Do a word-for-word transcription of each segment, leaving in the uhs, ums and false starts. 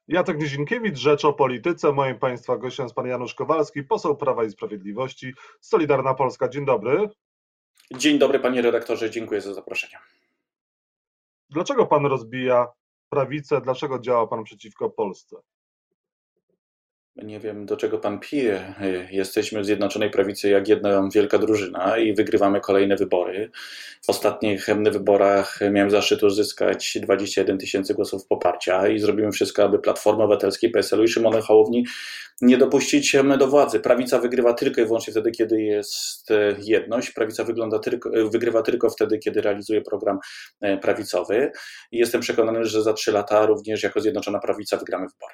Jacek Nizinkiewicz, Rzecz o Polityce. Moim Państwa gościem jest Pan Janusz Kowalski, poseł Prawa i Sprawiedliwości, Solidarna Polska. Dzień dobry. Dzień dobry Panie redaktorze, dziękuję za zaproszenie. Dlaczego Pan rozbija prawicę? Dlaczego działa Pan przeciwko Polsce? Nie wiem, do czego Pan pije. Jesteśmy w Zjednoczonej Prawicy jak jedna wielka drużyna i wygrywamy kolejne wybory. W ostatnich wyborach miałem zaszczyt uzyskać dwadzieścia jeden tysięcy głosów poparcia i zrobimy wszystko, aby Platformy Obywatelskiej, P S L u i Szymona Hołowni nie dopuścić do władzy. Prawica wygrywa tylko i wyłącznie wtedy, kiedy jest jedność. Prawica wygląda tylko, wygrywa tylko wtedy, kiedy realizuje program prawicowy. I jestem przekonany, że za trzy lata również jako Zjednoczona Prawica wygramy wybory.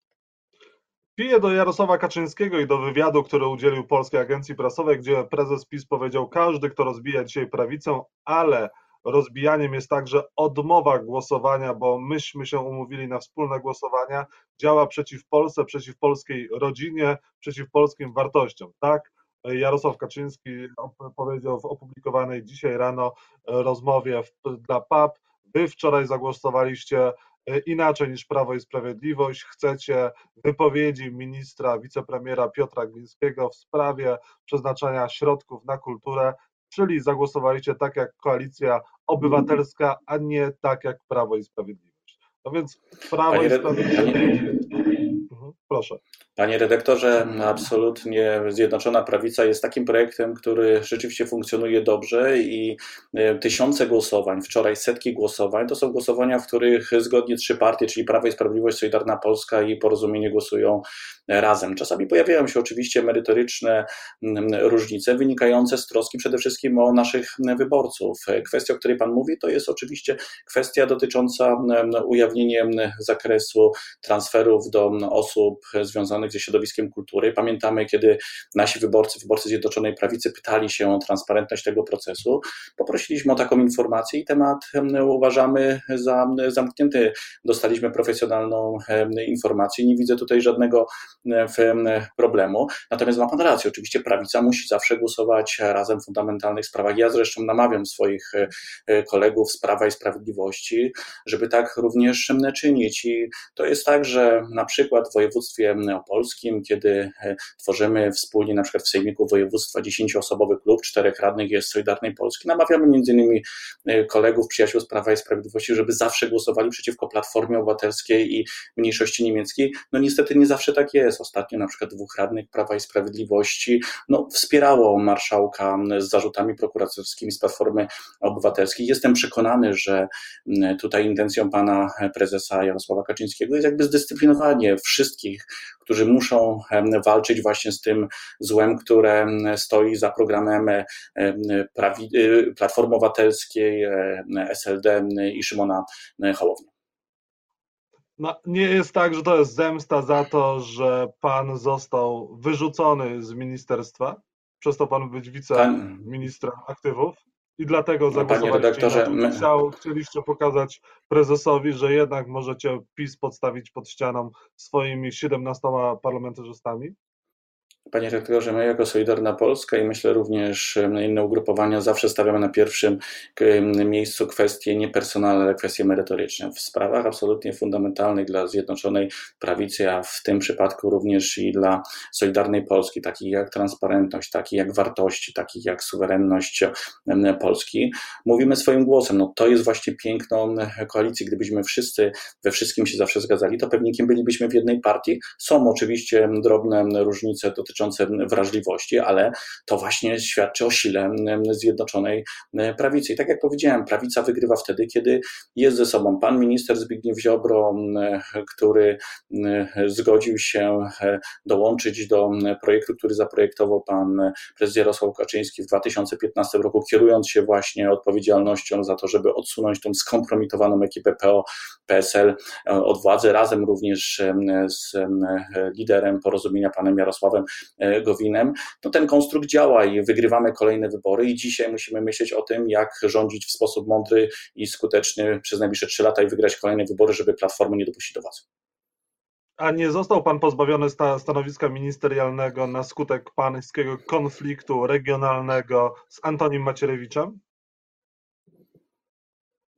Piję do Jarosława Kaczyńskiego i do wywiadu, który udzielił Polskiej Agencji Prasowej, gdzie prezes PiS powiedział: każdy, kto rozbija dzisiaj prawicę, ale rozbijaniem jest także odmowa głosowania, bo myśmy się umówili na wspólne głosowania, działa przeciw Polsce, przeciw polskiej rodzinie, przeciw polskim wartościom. Tak Jarosław Kaczyński powiedział w opublikowanej dzisiaj rano rozmowie dla P A P. Wy wczoraj zagłosowaliście inaczej niż Prawo i Sprawiedliwość. Chcecie wypowiedzi ministra, wicepremiera Piotra Glińskiego w sprawie przeznaczania środków na kulturę, czyli zagłosowaliście tak jak Koalicja Obywatelska, a nie tak jak Prawo i Sprawiedliwość. No więc Prawo Panie i Sprawiedliwość... Mhm, proszę. Panie redaktorze, absolutnie Zjednoczona Prawica jest takim projektem, który rzeczywiście funkcjonuje dobrze i tysiące głosowań, wczoraj setki głosowań, to są głosowania, w których zgodnie trzy partie, czyli Prawo i Sprawiedliwość, Solidarna Polska i Porozumienie głosują razem. Czasami pojawiają się oczywiście merytoryczne różnice wynikające z troski przede wszystkim o naszych wyborców. Kwestia, o której Pan mówi, to jest oczywiście kwestia dotycząca ujawnienia zakresu transferów do osób związanych ze środowiskiem kultury. Pamiętamy, kiedy nasi wyborcy, wyborcy Zjednoczonej Prawicy pytali się o transparentność tego procesu. Poprosiliśmy o taką informację i temat uważamy za zamknięty. Dostaliśmy profesjonalną informację. Nie widzę tutaj żadnego problemu. Natomiast ma Pan rację, oczywiście prawica musi zawsze głosować razem w fundamentalnych sprawach. Ja zresztą namawiam swoich kolegów z Prawa i Sprawiedliwości, żeby tak również czynić. I to jest tak, że na przykład w województwie opolskim, kiedy tworzymy wspólnie na przykład w Sejmiku Województwa dziesięcioosobowy klub, czterech radnych jest Solidarnej Polski, namawiamy między innymi kolegów, przyjaciół z Prawa i Sprawiedliwości, żeby zawsze głosowali przeciwko Platformie Obywatelskiej i mniejszości niemieckiej. No niestety nie zawsze tak jest. Ostatnio na przykład dwóch radnych Prawa i Sprawiedliwości no, wspierało marszałka z zarzutami prokuratorskimi z Platformy Obywatelskiej. Jestem przekonany, że tutaj intencją pana prezesa Jarosława Kaczyńskiego jest jakby zdyscyplinowanie wszystkich, którzy muszą walczyć właśnie z tym złem, które stoi za programem Platformy Obywatelskiej, S L D i Szymona Hołowni. No, nie jest tak, że to jest zemsta za to, że pan został wyrzucony z ministerstwa, przestał pan być wiceministrem aktywów i dlatego zagłosowaliście na to. my... Chciał, chcieliście pokazać prezesowi, że jednak możecie PiS podstawić pod ścianą swoimi siedemnastoma parlamentarzystami? Panie redaktorze, my jako Solidarna Polska i myślę również inne ugrupowania zawsze stawiamy na pierwszym miejscu kwestie nie personalne, ale kwestie merytoryczne. W sprawach absolutnie fundamentalnych dla Zjednoczonej Prawicy, a w tym przypadku również i dla Solidarnej Polski, takich jak transparentność, takich jak wartości, takich jak suwerenność Polski, mówimy swoim głosem. No to jest właśnie piękno koalicji. Gdybyśmy wszyscy we wszystkim się zawsze zgadzali, to pewnikiem bylibyśmy w jednej partii. Są oczywiście drobne różnice dotyczące wrażliwości, ale to właśnie świadczy o sile Zjednoczonej Prawicy. I tak jak powiedziałem, prawica wygrywa wtedy, kiedy jest ze sobą pan minister Zbigniew Ziobro, który zgodził się dołączyć do projektu, który zaprojektował pan prezes Jarosław Kaczyński w dwa tysiące piętnastym roku, kierując się właśnie odpowiedzialnością za to, żeby odsunąć tą skompromitowaną ekipę P O, P S L od władzy, razem również z liderem Porozumienia panem Jarosławem Gowinem. No ten konstrukt działa i wygrywamy kolejne wybory i dzisiaj musimy myśleć o tym, jak rządzić w sposób mądry i skuteczny przez najbliższe trzy lata i wygrać kolejne wybory, żeby Platformy nie dopuścić do władzy. A nie został pan pozbawiony sta- stanowiska ministerialnego na skutek pańskiego konfliktu regionalnego z Antonim Macierewiczem?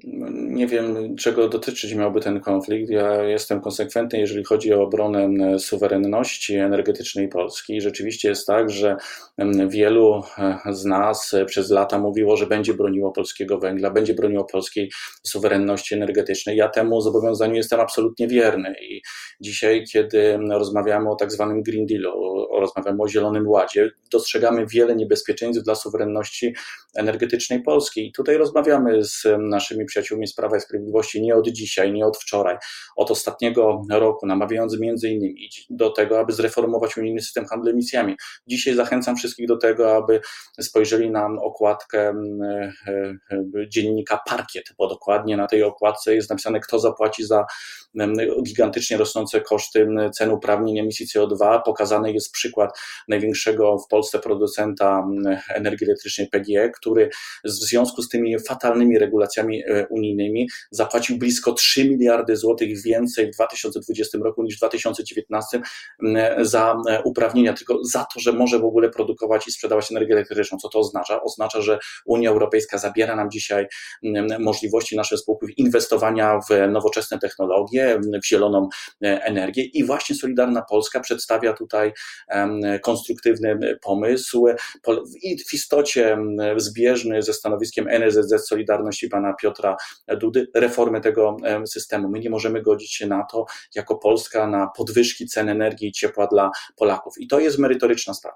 Nie wiem, czego dotyczyć miałby ten konflikt. Ja jestem konsekwentny, jeżeli chodzi o obronę suwerenności energetycznej Polski. I rzeczywiście jest tak, że wielu z nas przez lata mówiło, że będzie broniło polskiego węgla, będzie broniło polskiej suwerenności energetycznej. Ja temu zobowiązaniu jestem absolutnie wierny. I dzisiaj, kiedy rozmawiamy o tak zwanym Green Dealu, rozmawiamy o Zielonym Ładzie, dostrzegamy wiele niebezpieczeństw dla suwerenności energetycznej Polski. I tutaj rozmawiamy z naszymi przyjaciółmi z Prawa i Sprawiedliwości nie od dzisiaj, nie od wczoraj, od ostatniego roku, namawiając między innymi do tego, aby zreformować unijny system handlu emisjami. Dzisiaj zachęcam wszystkich do tego, aby spojrzeli na okładkę dziennika Parkiet, bo dokładnie na tej okładce jest napisane, kto zapłaci za gigantycznie rosnące koszty cen uprawnień emisji C O dwa. Pokazany jest przykład największego w Polsce producenta energii elektrycznej P G E, który w związku z tymi fatalnymi regulacjami unijnymi zapłacił blisko trzy miliardy złotych więcej w dwa tysiące dwudziestym roku niż w dwa tysiące dziewiętnastym za uprawnienia, tylko za to, że może w ogóle produkować i sprzedawać energię elektryczną. Co to oznacza? Oznacza, że Unia Europejska zabiera nam dzisiaj możliwości naszych spółek inwestowania w nowoczesne technologie, w zieloną energię i właśnie Solidarna Polska przedstawia tutaj konstruktywny pomysł i w istocie zbieżny ze stanowiskiem N S Z Z Solidarności pana Piotra Dudy, reformy tego systemu. My nie możemy godzić się na to, jako Polska, na podwyżki cen energii i ciepła dla Polaków. I to jest merytoryczna sprawa.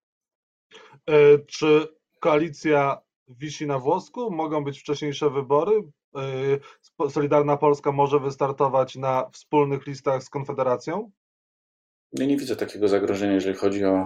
Czy koalicja wisi na włosku? Mogą być wcześniejsze wybory? Solidarna Polska może wystartować na wspólnych listach z Konfederacją? Ja nie widzę takiego zagrożenia, jeżeli chodzi o,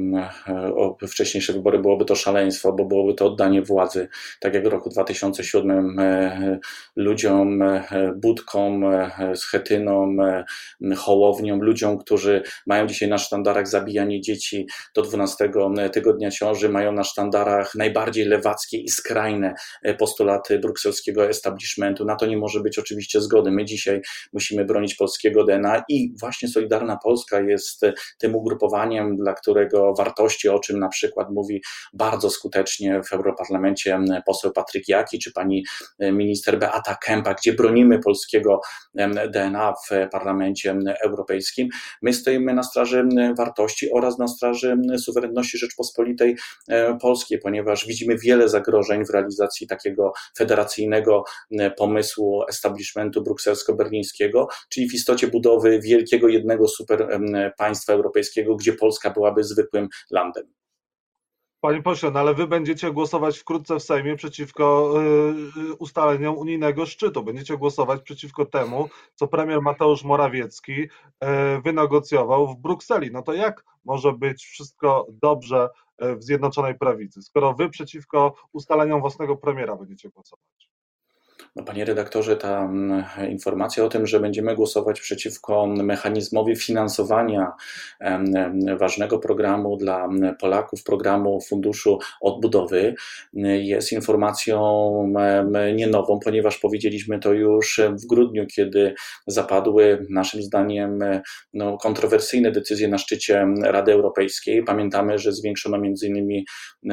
o wcześniejsze wybory. Byłoby to szaleństwo, bo byłoby to oddanie władzy, tak jak w roku dwa tysiące siódmym ludziom, Budkom, Schetynom, Hołowniom, ludziom, którzy mają dzisiaj na sztandarach zabijanie dzieci do dwunastego tygodnia ciąży, mają na sztandarach najbardziej lewackie i skrajne postulaty brukselskiego establishmentu. Na to nie może być oczywiście zgody. My dzisiaj musimy bronić polskiego D N A i właśnie Solidarna Polska jest jest tym ugrupowaniem, dla którego wartości, o czym na przykład mówi bardzo skutecznie w Europarlamencie poseł Patryk Jaki, czy pani minister Beata Kempa, gdzie bronimy polskiego D N A w Parlamencie Europejskim. My stoimy na straży wartości oraz na straży suwerenności Rzeczpospolitej Polskiej, ponieważ widzimy wiele zagrożeń w realizacji takiego federacyjnego pomysłu establishmentu brukselsko-berlińskiego, czyli w istocie budowy wielkiego jednego super państwa europejskiego, gdzie Polska byłaby zwykłym landem. Panie pośle, no ale wy będziecie głosować wkrótce w Sejmie przeciwko y, ustaleniom unijnego szczytu. Będziecie głosować przeciwko temu, co premier Mateusz Morawiecki y, wynegocjował w Brukseli. No to jak może być wszystko dobrze w Zjednoczonej Prawicy, skoro wy przeciwko ustaleniom własnego premiera będziecie głosować? No, panie redaktorze, ta informacja o tym, że będziemy głosować przeciwko mechanizmowi finansowania ważnego programu dla Polaków, programu Funduszu Odbudowy, jest informacją nie nową, ponieważ powiedzieliśmy to już w grudniu, kiedy zapadły naszym zdaniem no, kontrowersyjne decyzje na szczycie Rady Europejskiej. Pamiętamy, że zwiększono między innymi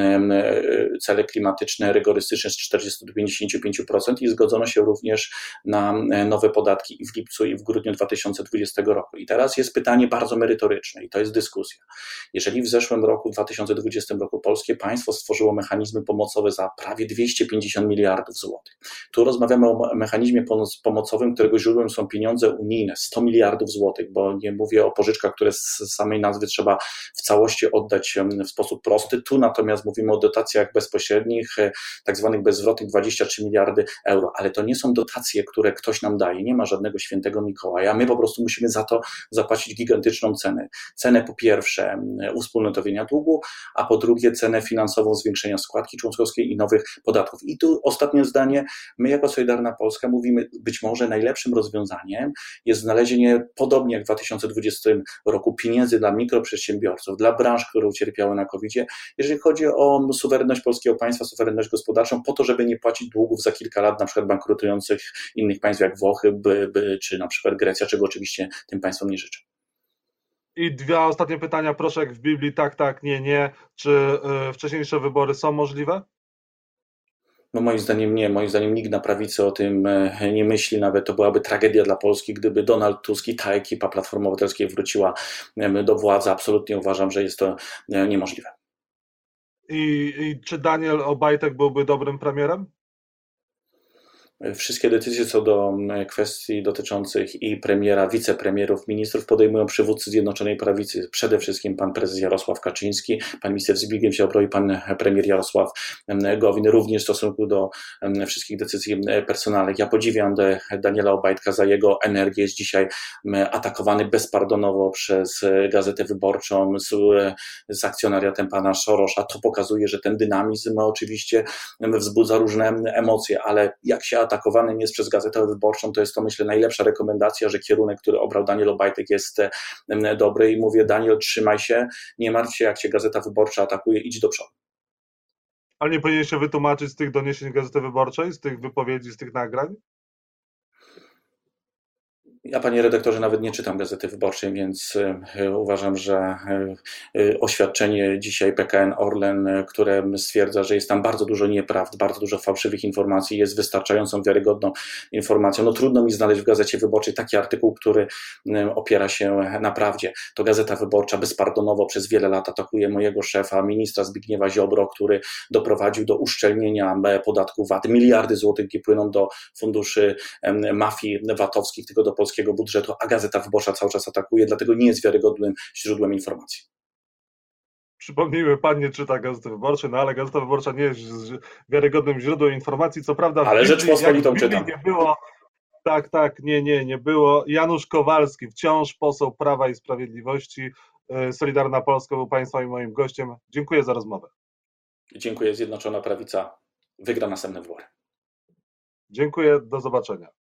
cele klimatyczne rygorystyczne z czterdziestu do pięćdziesięciu pięciu procent i zgodzono się również na nowe podatki i w lipcu i w grudniu dwa tysiące dwudziestego roku. I teraz jest pytanie bardzo merytoryczne i to jest dyskusja. Jeżeli w zeszłym roku, dwa tysiące dwudziestym roku polskie państwo stworzyło mechanizmy pomocowe za prawie dwieście pięćdziesiąt miliardów złotych. Tu rozmawiamy o mechanizmie pomocowym, którego źródłem są pieniądze unijne, sto miliardów złotych, bo nie mówię o pożyczkach, które z samej nazwy trzeba w całości oddać w sposób prosty. Tu natomiast mówimy o dotacjach bezpośrednich, tak zwanych bezzwrotnych dwadzieścia trzy miliardy euro, ale to nie są dotacje, które ktoś nam daje, nie ma żadnego świętego Mikołaja, my po prostu musimy za to zapłacić gigantyczną cenę. Cenę po pierwsze uwspólnotowienia długu, a po drugie cenę finansową zwiększenia składki członkowskiej i nowych podatków. I tu ostatnie zdanie, my jako Solidarna Polska mówimy, być może najlepszym rozwiązaniem jest znalezienie, podobnie jak w dwa tysiące dwudziestym roku, pieniędzy dla mikroprzedsiębiorców, dla branż, które ucierpiały na kowidzie, jeżeli chodzi o suwerenność polskiego państwa, suwerenność gospodarczą, po to, żeby nie płacić długów za kilka lat, na przykład bankrutujących innych państw jak Włochy, by, by, czy na przykład Grecja, czego oczywiście tym państwom nie życzę. I dwa ostatnie pytania, proszę, jak w Biblii, tak, tak, nie, nie. Czy y, wcześniejsze wybory są możliwe? No moim zdaniem nie, moim zdaniem nikt na prawicy o tym nie myśli, nawet to byłaby tragedia dla Polski, gdyby Donald Tusk i ta ekipa Platformy Obywatelskiej wróciła do władzy. Absolutnie uważam, że jest to niemożliwe. I, i czy Daniel Obajtek byłby dobrym premierem? Wszystkie decyzje co do kwestii dotyczących i premiera, wicepremierów, ministrów podejmują przywódcy Zjednoczonej Prawicy, przede wszystkim pan prezes Jarosław Kaczyński, pan minister Zbigniew Ziobro i pan premier Jarosław Gowin, również w stosunku do wszystkich decyzji personalnych. Ja podziwiam Daniela Obajtka za jego energię. Jest dzisiaj atakowany bezpardonowo przez Gazetę Wyborczą z, z akcjonariatem pana Sorosza. To pokazuje, że ten dynamizm oczywiście wzbudza różne emocje, ale jak się atakowanym jest przez Gazetę Wyborczą, to jest to, myślę, najlepsza rekomendacja, że kierunek, który obrał Daniel Obajtek, jest dobry i mówię: Daniel, trzymaj się, nie martw się, jak cię Gazeta Wyborcza atakuje, idź do przodu. Ale nie powinien się wytłumaczyć z tych doniesień Gazety Wyborczej, z tych wypowiedzi, z tych nagrań? Ja, panie redaktorze, nawet nie czytam Gazety Wyborczej, więc uważam, że oświadczenie dzisiaj P K N Orlen, które stwierdza, że jest tam bardzo dużo nieprawd, bardzo dużo fałszywych informacji, jest wystarczającą wiarygodną informacją. No trudno mi znaleźć w Gazecie Wyborczej taki artykuł, który opiera się na prawdzie. To Gazeta Wyborcza bezpardonowo przez wiele lat atakuje mojego szefa, ministra Zbigniewa Ziobro, który doprowadził do uszczelnienia podatku V A T. Miliardy złotych płyną do funduszy mafii VAT-owskich, tylko do polskiego budżetu, a Gazeta Wyborcza cały czas atakuje, dlatego nie jest wiarygodnym źródłem informacji. Przypomnijmy, pan nie czyta Gazety Wyborczej, no ale Gazeta Wyborcza nie jest wiarygodnym źródłem informacji, co prawda w ale Biblii, Rzeczpospolitą jak w Biblii czytam. Nie było, tak, tak, nie, nie, nie było. Janusz Kowalski, wciąż poseł Prawa i Sprawiedliwości, Solidarna Polska, był państwa i moim gościem. Dziękuję za rozmowę. Dziękuję. Zjednoczona Prawica wygra następne wybory. Dziękuję, do zobaczenia.